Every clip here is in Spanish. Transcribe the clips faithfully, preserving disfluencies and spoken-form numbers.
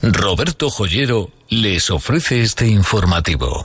Roberto Joyero les ofrece este informativo.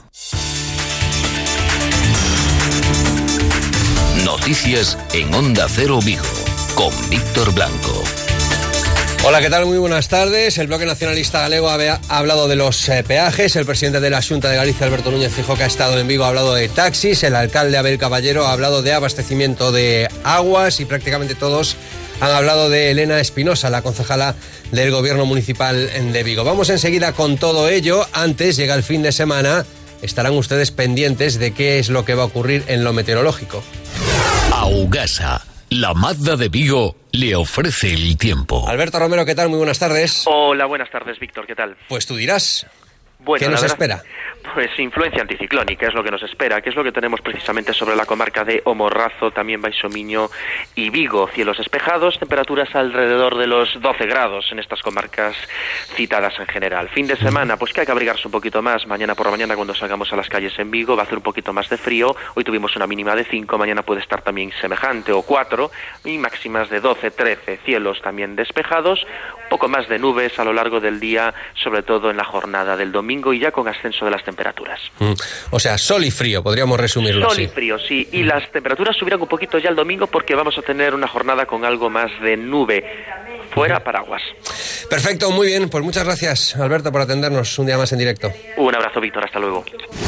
Noticias en Onda Cero Vigo, con Víctor Blanco. Hola, ¿qué tal? Muy buenas tardes. El Bloque Nacionalista Galego ha hablado de los eh, peajes. El presidente de la Xunta de Galicia, Alberto Núñez Feijóo, que ha estado en Vigo, ha hablado de taxis. El alcalde Abel Caballero ha hablado de abastecimiento de aguas y prácticamente todos han hablado de Elena Espinosa, la concejala del Gobierno Municipal de Vigo. Vamos enseguida con todo ello. Antes llega el fin de semana. Estarán ustedes pendientes de qué es lo que va a ocurrir en lo meteorológico. Augasa, la Mazda de Vigo, le ofrece el tiempo. Alberto Romero, ¿qué tal? Muy buenas tardes. Hola, buenas tardes, Víctor, ¿qué tal? Pues tú dirás. Bueno, ¿qué nos verdad, espera? Pues influencia anticiclónica es lo que nos espera, que es lo que tenemos precisamente sobre la comarca de O Morrazo, también Baixo Miño y Vigo. Cielos despejados, temperaturas alrededor de los doce grados en estas comarcas citadas en general. Fin de semana, pues que hay que abrigarse un poquito más. Mañana por la mañana, cuando salgamos a las calles en Vigo, va a hacer un poquito más de frío. Hoy tuvimos una mínima de cinco, mañana puede estar también semejante, o cuatro, y máximas de doce, trece. Cielos también despejados, un poco más de nubes a lo largo del día, sobre todo en la jornada del domingo, y ya con ascenso de las temperaturas. Mm. O sea, sol y frío, podríamos resumirlo sol así. Sol y frío, sí. Y mm. las temperaturas subirán un poquito ya el domingo porque vamos a tener una jornada con algo más de nube. Fuera paraguas. Perfecto, muy bien. Pues muchas gracias, Alberto, por atendernos un día más en directo. Un abrazo, Víctor. Hasta luego.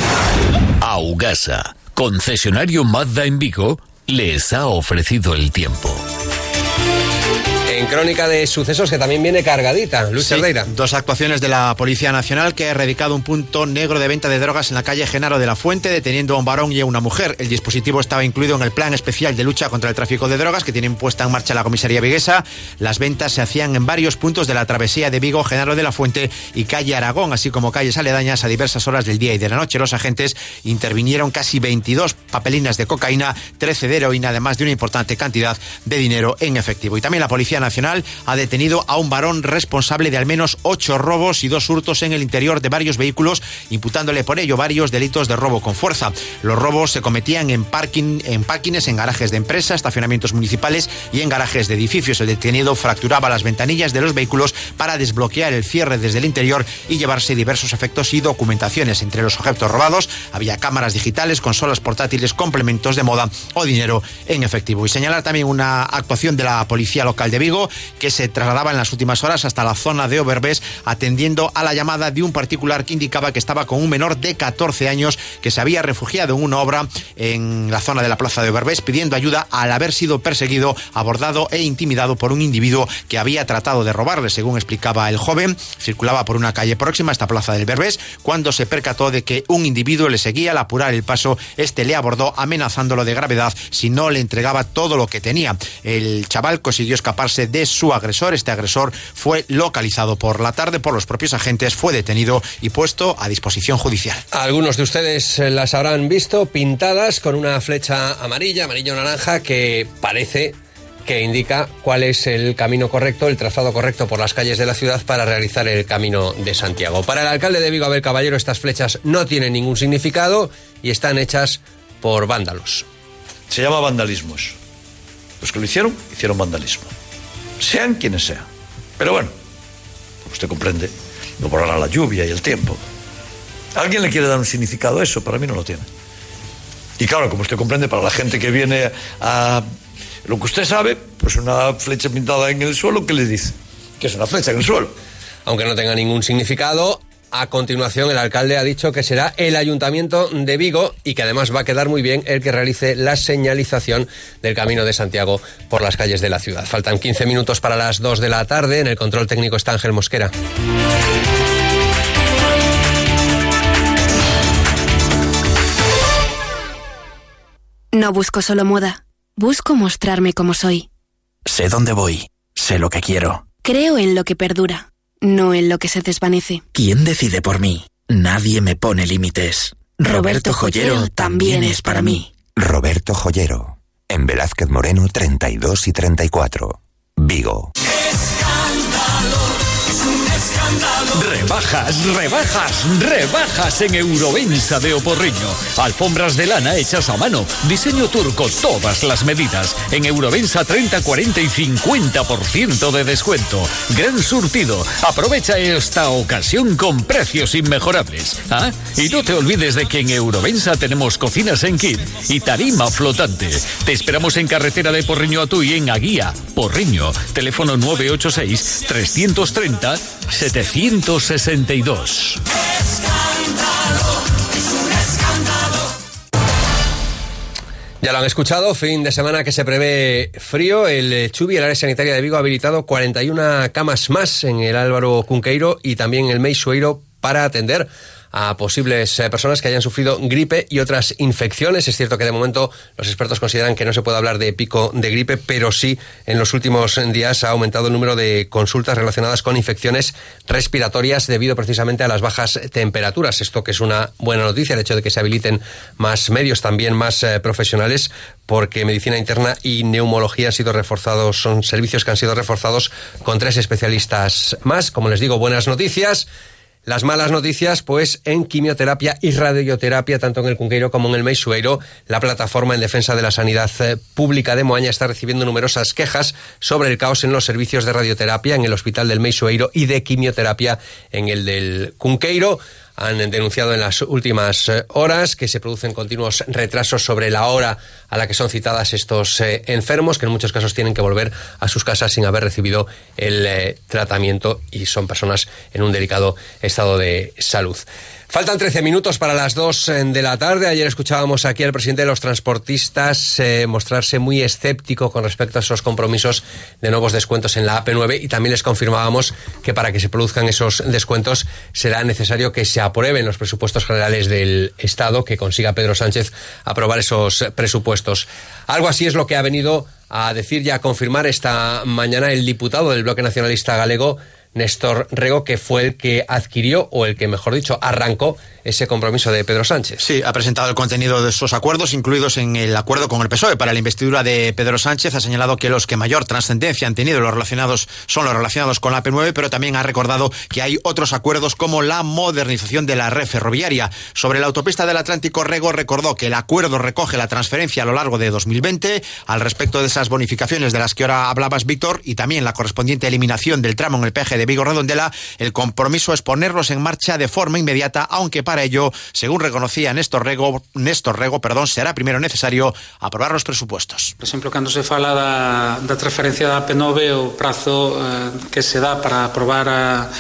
Augasa, concesionario Mazda en Vigo, les ha ofrecido el tiempo. En crónica de sucesos, que también viene cargadita, Luis sí, Cerdeira. Dos actuaciones de la Policía Nacional que ha erradicado un punto negro de venta de drogas en la calle Genaro de la Fuente, deteniendo a un varón y a una mujer. El dispositivo estaba incluido en el plan especial de lucha contra el tráfico de drogas que tiene puesta en marcha la comisaría viguesa. Las ventas se hacían en varios puntos de la travesía de Vigo, Genaro de la Fuente y calle Aragón, así como calles aledañas a diversas horas del día y de la noche. Los agentes intervinieron casi veintidós papelinas de cocaína, trece de heroína, además de una importante cantidad de dinero en efectivo. Y también la Policía Nacional Nacional ha detenido a un varón responsable de al menos ocho robos y dos hurtos en el interior de varios vehículos, imputándole por ello varios delitos de robo con fuerza. Los robos se cometían en parking, en parkings, en garajes de empresas, estacionamientos municipales y en garajes de edificios. El detenido fracturaba las ventanillas de los vehículos para desbloquear el cierre desde el interior y llevarse diversos efectos y documentaciones. Entre los objetos robados había cámaras digitales, consolas portátiles, complementos de moda o dinero en efectivo. Y señalar también una actuación de la Policía Local de Vigo que se trasladaba en las últimas horas hasta la zona de Overbés, atendiendo a la llamada de un particular que indicaba que estaba con un menor de catorce años que se había refugiado en una obra en la zona de la plaza de Overbés, pidiendo ayuda al haber sido perseguido, abordado e intimidado por un individuo que había tratado de robarle. Según explicaba el joven, circulaba por una calle próxima a esta plaza del Berbés cuando se percató de que un individuo le seguía. Al apurar el paso, este le abordó amenazándolo de gravedad si no le entregaba todo lo que tenía. El chaval consiguió escaparse de su agresor. Este agresor fue localizado por la tarde por los propios agentes, fue detenido y puesto a disposición judicial. Algunos de ustedes las habrán visto pintadas con una flecha amarilla, amarillo-naranja, que parece que indica cuál es el camino correcto, el trazado correcto por las calles de la ciudad para realizar el Camino de Santiago. Para el alcalde de Vigo, Abel Caballero, estas flechas no tienen ningún significado y están hechas por vándalos. Se llama vandalismos. Los que lo hicieron, hicieron vandalismo. Sean quienes sean. Pero bueno, como usted comprende, no borrará la lluvia y el tiempo. ¿Alguien le quiere dar un significado a eso? Para mí no lo tiene. Y claro, como usted comprende, para la gente que viene a lo que usted sabe, pues una flecha pintada en el suelo, ¿qué le dice? Que es una flecha en el suelo. Aunque no tenga ningún significado, a continuación el alcalde ha dicho que será el Ayuntamiento de Vigo y que además va a quedar muy bien el que realice la señalización del Camino de Santiago por las calles de la ciudad. Faltan quince minutos para las dos de la tarde. En el control técnico está Ángel Mosquera. No busco solo moda. Busco mostrarme como soy. Sé dónde voy. Sé lo que quiero. Creo en lo que perdura, no en lo que se desvanece. ¿Quién decide por mí? Nadie me pone límites. Roberto, Roberto Joyero, Joyero también es para mí. Roberto Joyero. En Velázquez Moreno treinta y dos y treinta y cuatro. Vigo. Escándalo, es un escándalo. Rebajas, rebajas, rebajas en Eurovensa de Oporriño. Alfombras de lana hechas a mano, diseño turco, todas las medidas. En Eurovensa treinta, cuarenta y cincuenta por ciento de descuento. Gran surtido. Aprovecha esta ocasión con precios inmejorables. ¿Ah? Y no te olvides de que en Eurovensa tenemos cocinas en kit y tarima flotante. Te esperamos en carretera de Porriño a Tui, en Aguía, Porriño. Teléfono nueve ocho seis, tres tres cero, siete seis dos. Ya lo han escuchado, fin de semana que se prevé frío. El Chubi, el área sanitaria de Vigo, ha habilitado cuarenta y una camas más en el Álvaro Cunqueiro y también en el Meixoeiro para atender a posibles eh, personas que hayan sufrido gripe y otras infecciones. Es cierto que de momento los expertos consideran que no se puede hablar de pico de gripe, pero sí en los últimos días ha aumentado el número de consultas relacionadas con infecciones respiratorias debido precisamente a las bajas temperaturas. Esto que es una buena noticia, el hecho de que se habiliten más medios, también más eh, profesionales, porque medicina interna y neumología han sido reforzados, son servicios que han sido reforzados con tres especialistas más. Como les digo, buenas noticias. Las malas noticias, pues en quimioterapia y radioterapia, tanto en el Cunqueiro como en el Meixoeiro, la plataforma en defensa de la sanidad pública de Moaña está recibiendo numerosas quejas sobre el caos en los servicios de radioterapia en el hospital del Meixoeiro y de quimioterapia en el del Cunqueiro. Han denunciado en las últimas horas que se producen continuos retrasos sobre la hora a la que son citadas estos eh, enfermos, que en muchos casos tienen que volver a sus casas sin haber recibido el eh, tratamiento y son personas en un delicado estado de salud. Faltan trece minutos para las dos de la tarde. Ayer escuchábamos aquí al presidente de los transportistas eh, mostrarse muy escéptico con respecto a esos compromisos de nuevos descuentos en la A P nueve y también les confirmábamos que para que se produzcan esos descuentos será necesario que se aprueben los presupuestos generales del Estado, que consiga Pedro Sánchez aprobar esos presupuestos. Algo así es lo que ha venido a decir y a confirmar esta mañana el diputado del Bloque Nacionalista Galego, Néstor Rego, que fue el que adquirió, o el que, mejor dicho, arrancó ese compromiso de Pedro Sánchez. Sí, ha presentado el contenido de esos acuerdos, incluidos en el acuerdo con el P S O E para la investidura de Pedro Sánchez. Ha señalado que los que mayor trascendencia han tenido los relacionados son los relacionados con la A P nueve, pero también ha recordado que hay otros acuerdos como la modernización de la red ferroviaria. Sobre la autopista del Atlántico, Rego recordó que el acuerdo recoge la transferencia a lo largo de dos mil veinte al respecto de esas bonificaciones de las que ahora hablabas, Víctor, y también la correspondiente eliminación del tramo en el peaje de Vigo-Redondela. El compromiso es ponerlos en marcha de forma inmediata, aunque para ello, según reconocía Néstor Rego, Néstor Rego, perdón, será primero necesario aprobar los presupuestos. Por exemplo, cando se fala da, da transferencia da A P nueve, o prazo eh, que se dá para aprobar a,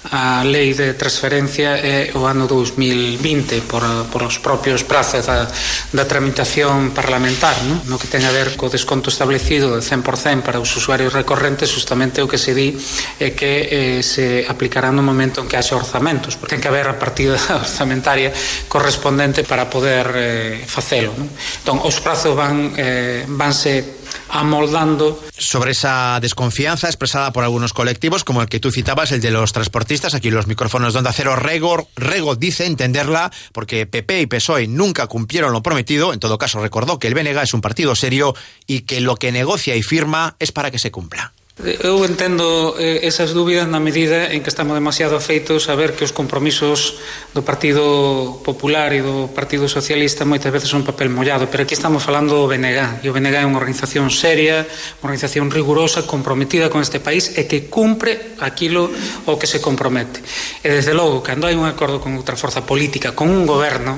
a lei de transferencia é o ano dos mil vinte, por, por os propios prazos da, da tramitación parlamentar, ¿no? No que ten a ver co desconto establecido de cen por cento para os usuarios recorrentes, justamente o que se di é que eh, se aplicará no momento en que haxa orzamentos, porque ten que haber a partida orzamentaria correspondente para poder eh, facelo, ¿no? Entón, os prazos van eh, vanse amoldando. Sobre esa desconfianza expresada por algunos colectivos, como el que tú citabas, el de los transportistas, aquí en los micrófonos de Onda Cero, Rego, Rego dice entenderla porque P P y P S O E nunca cumplieron lo prometido. En todo caso, recordó que el B N G es un partido serio y que lo que negocia y firma es para que se cumpla. Eu entendo eh, esas dúbidas na medida en que estamos demasiado afeitos a ver que os compromisos do Partido Popular e do Partido Socialista moitas veces son papel mollado, pero aquí estamos falando do B N G, e o B N G é unha organización seria, unha organización rigurosa, comprometida con este país e que cumpre aquilo o que se compromete. E desde logo, cando hai un acordo con outra forza política, con un goberno,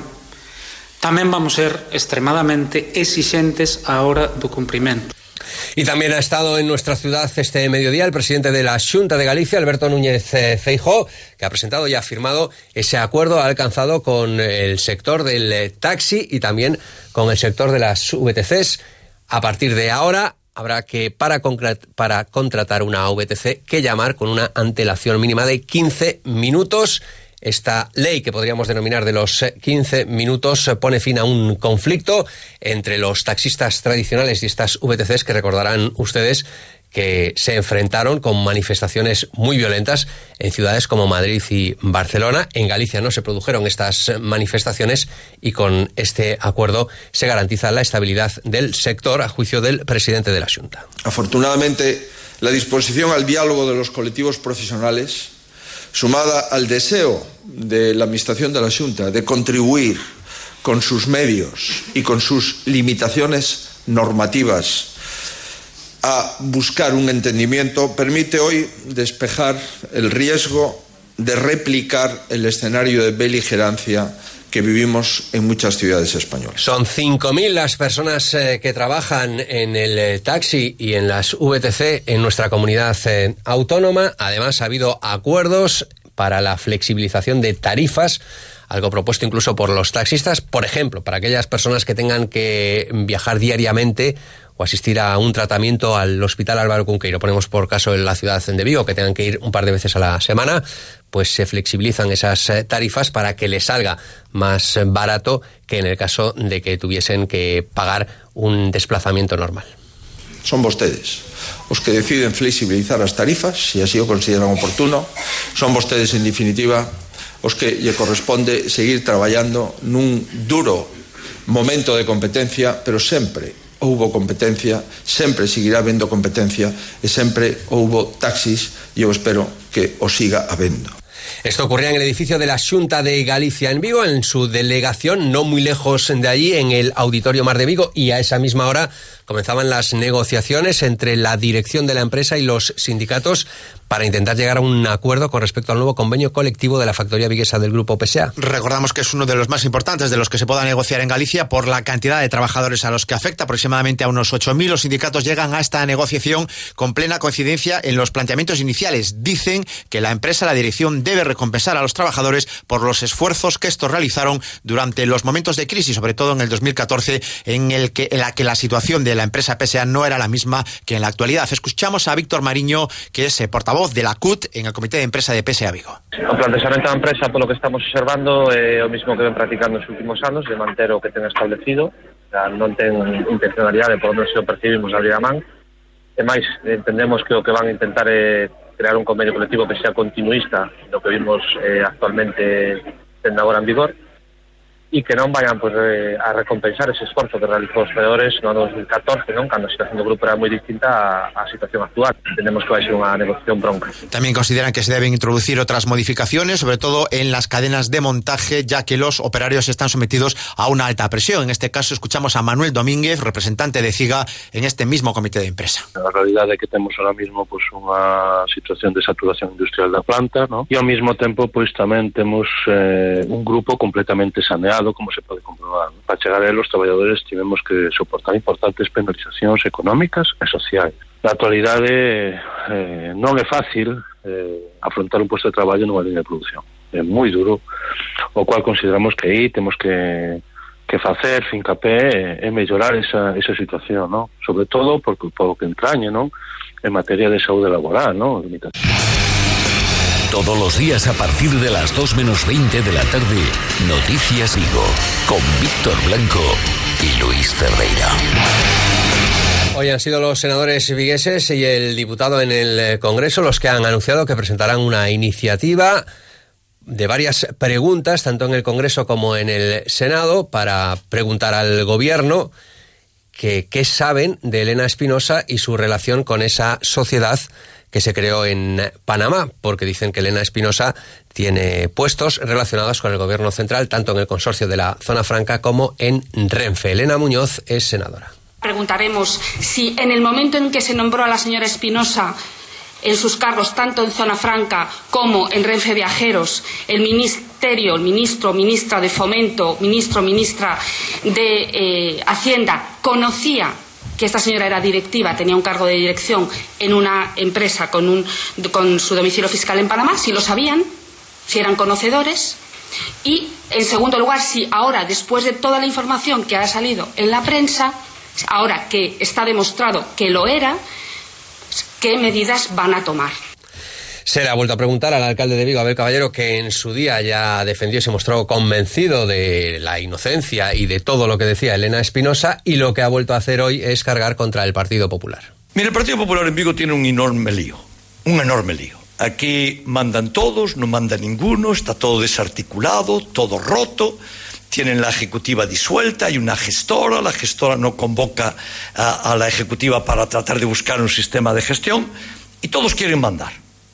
tamén vamos ser extremadamente exixentes á hora do cumprimento. Y también ha estado en nuestra ciudad este mediodía el presidente de la Xunta de Galicia, Alberto Núñez Feijóo, que ha presentado y ha firmado ese acuerdo alcanzado con el sector del taxi y también con el sector de las V T Cs. A partir de ahora habrá que, para, para contratar una V T C, que llamar con una antelación mínima de quince minutos. Esta ley, que podríamos denominar de los quince minutos, pone fin a un conflicto entre los taxistas tradicionales y estas V T Cs, que recordarán ustedes que se enfrentaron con manifestaciones muy violentas en ciudades como Madrid y Barcelona. En Galicia no se produjeron estas manifestaciones y con este acuerdo se garantiza la estabilidad del sector, a juicio del presidente de la Xunta. Afortunadamente, la disposición al diálogo de los colectivos profesionales sumada al deseo de la Administración de la Xunta de contribuir con sus medios y con sus limitaciones normativas a buscar un entendimiento, permite hoy despejar el riesgo de replicar el escenario de beligerancia que vivimos en muchas ciudades españolas. Son cinco mil las personas eh, que trabajan en el eh, taxi y en las V T C en nuestra comunidad eh, autónoma. Además, ha habido acuerdos para la flexibilización de tarifas, algo propuesto incluso por los taxistas, por ejemplo, para aquellas personas que tengan que viajar diariamente o asistir a un tratamiento al Hospital Álvaro Cunqueiro. Ponemos por caso en la ciudad de Vigo, que tengan que ir un par de veces a la semana, pues se flexibilizan esas tarifas para que les salga más barato que en el caso de que tuviesen que pagar un desplazamiento normal. Son vostedes os que deciden flexibilizar as tarifas, se así o consideran oportuno. Son vostedes, en definitiva, os que lle corresponde seguir traballando nun duro momento de competencia, pero sempre houbo competencia, sempre seguirá habendo competencia e sempre houbo taxis e eu espero que o siga habendo. Esto ocurría en el edificio de la Xunta de Galicia en Vigo, en su delegación, no muy lejos de allí, en el Auditorio Mar de Vigo, y a esa misma hora comenzaban las negociaciones entre la dirección de la empresa y los sindicatos para intentar llegar a un acuerdo con respecto al nuevo convenio colectivo de la factoría viguesa del Grupo P S A. Recordamos que es uno de los más importantes de los que se pueda negociar en Galicia por la cantidad de trabajadores a los que afecta, aproximadamente a unos ocho mil. Los sindicatos llegan a esta negociación con plena coincidencia en los planteamientos iniciales. Dicen que la empresa, la dirección, debe recompensar a los trabajadores por los esfuerzos que estos realizaron durante los momentos de crisis, sobre todo en el dos mil catorce, en el que, en la que la situación de la empresa P S A no era la misma que en la actualidad. Escuchamos a Víctor Mariño, que es eh, portavoz de la C U T en el Comité de Empresa de P S A Vigo. O planteamento da empresa, polo que estamos observando, é o mismo que ven practicando nos últimos anos, de manter o que ten establecido. Non ten intencionalidade, por onde se o percibimos, de abrir a man. E máis, entendemos que o que van a intentar é crear un convenio colectivo que sea continuista do que vimos eh, actualmente tendo agora en vigor, e que non vayan pues, eh, a recompensar ese esforzo que realizou os traballadores no ano dos mil catorce, non? Cando a situación do grupo era moi distinta á situación actual. Entendemos que vai ser unha negociación bronca. También consideran que se deben introducir otras modificaciones, sobre todo en las cadenas de montaje, ya que los operarios están sometidos a una alta presión. En este caso escuchamos a Manuel Domínguez, representante de CIGA en este mismo comité de empresa. A realidade é que temos ahora mismo pues, unha situación de saturación industrial da planta, ¿no? E ao mesmo tempo pues, tamén temos eh, un grupo completamente saneado, como se pode comprobar. ¿No? Para chegar a él, os traballadores tivemos que soportar importantes penalizacións económicas e sociais. Na actualidade eh, non é fácil eh, afrontar un posto de traballo nunha línea de produción. É moi duro, o cual consideramos que aí temos que que facer fincapé e mellorar esa, esa situación, ¿no? Sobre todo por, por que entrañe, ¿no? En materia de saúde laboral, ¿no? Todos los días a partir de las dos menos veinte de la tarde, Noticias Vigo, con Víctor Blanco y Luis Cerdeira. Hoy han sido los senadores vigueses y el diputado en el Congreso los que han anunciado que presentarán una iniciativa de varias preguntas, tanto en el Congreso como en el Senado, para preguntar al Gobierno que qué saben de Elena Espinosa y su relación con esa sociedad que se creó en Panamá, porque dicen que Elena Espinosa tiene puestos relacionados con el Gobierno central, tanto en el consorcio de la Zona Franca como en Renfe. Elena Muñoz es senadora. Preguntaremos si en el momento en que se nombró a la señora Espinosa en sus cargos, tanto en Zona Franca como en Renfe Viajeros, el Ministerio, el Ministro, Ministra de Fomento, Ministro, Ministra de eh, Hacienda, conocía que esta señora era directiva, tenía un cargo de dirección en una empresa con, un, con su domicilio fiscal en Panamá, si lo sabían, si eran conocedores. Y, en segundo lugar, si ahora, después de toda la información que ha salido en la prensa, ahora que está demostrado que lo era, ¿qué medidas van a tomar? Se le ha vuelto a preguntar al alcalde de Vigo, Abel Caballero, que en su día ya defendió y se mostró convencido de la inocencia y de todo lo que decía Elena Espinosa, y lo que ha vuelto a hacer hoy es cargar contra el Partido Popular. Mira, el Partido Popular en Vigo tiene un enorme lío, un enorme lío. Aquí mandan todos, no manda ninguno, está todo desarticulado, todo roto, tienen la ejecutiva disuelta, hay una gestora, la gestora no convoca a, a la ejecutiva para tratar de buscar un sistema de gestión, y todos quieren mandar.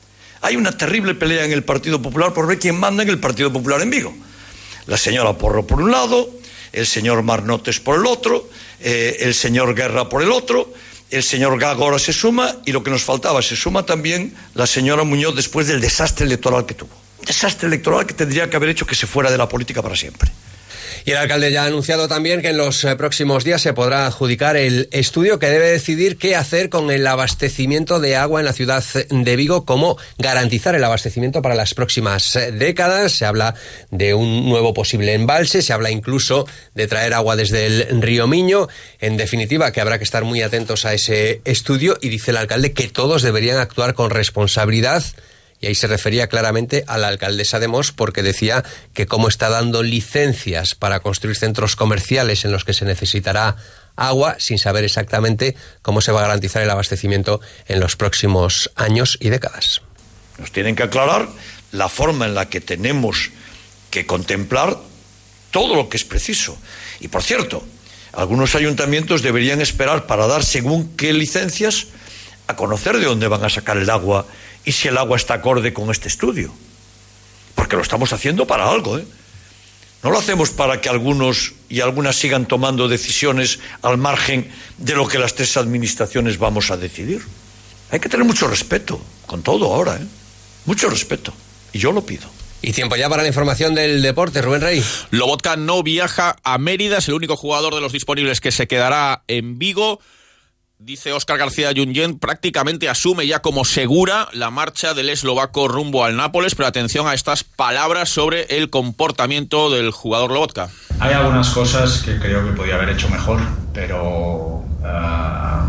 Hay una terrible pelea en el Partido Popular por ver quién manda en el Partido Popular en Vigo. La señora Porro por un lado, el señor Marnotes por el otro, eh, el señor Guerra por el otro, el señor Gago ahora se suma, y lo que nos faltaba, se suma también la señora Muñoz después del desastre electoral que tuvo. Un desastre electoral que tendría que haber hecho que se fuera de la política para siempre. Y el alcalde ya ha anunciado también que en los próximos días se podrá adjudicar el estudio que debe decidir qué hacer con el abastecimiento de agua en la ciudad de Vigo, cómo garantizar el abastecimiento para las próximas décadas. Se habla de un nuevo posible embalse, se habla incluso de traer agua desde el río Miño. En definitiva, que habrá que estar muy atentos a ese estudio, y dice el alcalde que todos deberían actuar con responsabilidad. Y ahí se refería claramente a la alcaldesa de Mos, porque decía que cómo está dando licencias para construir centros comerciales en los que se necesitará agua, sin saber exactamente cómo se va a garantizar el abastecimiento en los próximos años y décadas. Nos tienen que aclarar la forma en la que tenemos que contemplar todo lo que es preciso. Y por cierto, algunos ayuntamientos deberían esperar para dar según qué licencias a conocer de dónde van a sacar el agua y si el agua está acorde con este estudio. Porque lo estamos haciendo para algo, ¿eh? No lo hacemos para que algunos y algunas sigan tomando decisiones al margen de lo que las tres administraciones vamos a decidir. Hay que tener mucho respeto con todo ahora, ¿eh? Mucho respeto. Y yo lo pido. Y tiempo ya para la información del deporte, Rubén Rey. Lobotka no viaja a Mérida, es el único jugador de los disponibles que se quedará en Vigo. Dice Óscar García Junyent, prácticamente asume ya como segura la marcha del eslovaco rumbo al Nápoles, pero atención a estas palabras sobre el comportamiento del jugador Lobotka. Hay algunas cosas que creo que podía haber hecho mejor, pero uh,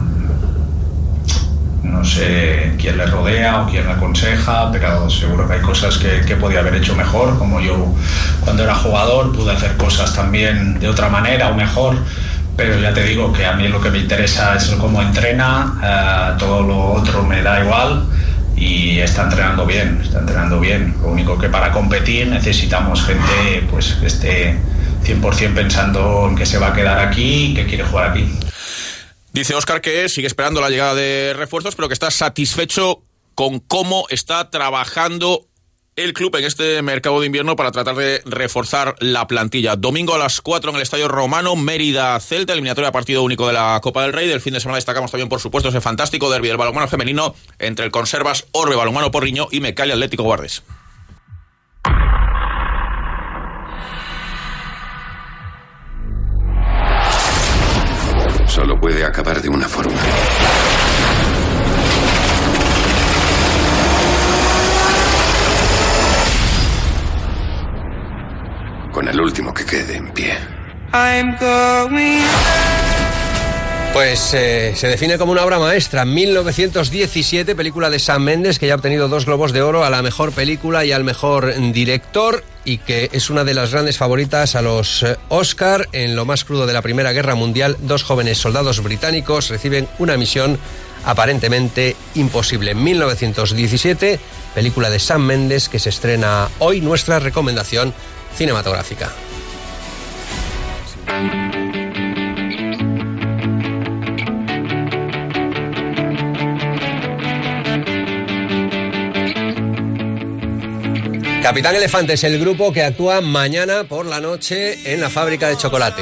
no sé quién le rodea o quién le aconseja, pero seguro que hay cosas que, que podía haber hecho mejor, como yo cuando era jugador pude hacer cosas también de otra manera o mejor. Pero ya te digo que a mí lo que me interesa es cómo entrena, uh, todo lo otro me da igual, y está entrenando bien, está entrenando bien. Lo único que para competir necesitamos gente pues que esté cien por ciento pensando en que se va a quedar aquí y que quiere jugar aquí. Dice Óscar que sigue esperando la llegada de refuerzos, pero que está satisfecho con cómo está trabajando el club en este mercado de invierno para tratar de reforzar la plantilla. Domingo a las cuatro en el Estadio Romano, Mérida-Celta, eliminatoria partido único de la Copa del Rey. Del fin de semana destacamos también, por supuesto, ese fantástico derbi del balonmano femenino entre el Conservas Orbe Balonmano Porriño y Mecali Atlético Guardes. Solo puede acabar de una forma. Con el último que quede en pie. Pues eh, se define como una obra maestra. mil novecientos diecisiete, película de Sam Mendes, que ya ha obtenido dos Globos de Oro a la mejor película y al mejor director, y que es una de las grandes favoritas a los eh, Oscar. En lo más crudo de la Primera Guerra Mundial, dos jóvenes soldados británicos reciben una misión aparentemente imposible. mil novecientos diecisiete, película de Sam Mendes, que se estrena hoy, nuestra recomendación cinematográfica. Capitán Elefante es el grupo que actúa mañana por la noche en la fábrica de chocolate.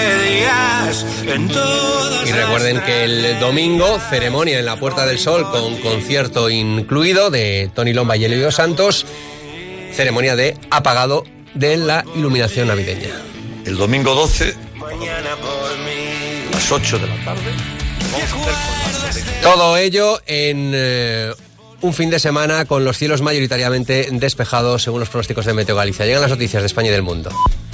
Y recuerden que el domingo, ceremonia en la Puerta del Sol con concierto incluido de Tony Lomba y Elio Santos, ceremonia de apagado de la iluminación navideña. El domingo doce, a las ocho de la tarde, vamos a hacer con todo ello en eh, un fin de semana con los cielos mayoritariamente despejados según los pronósticos de Meteo Galicia. Llegan las noticias de España y del mundo.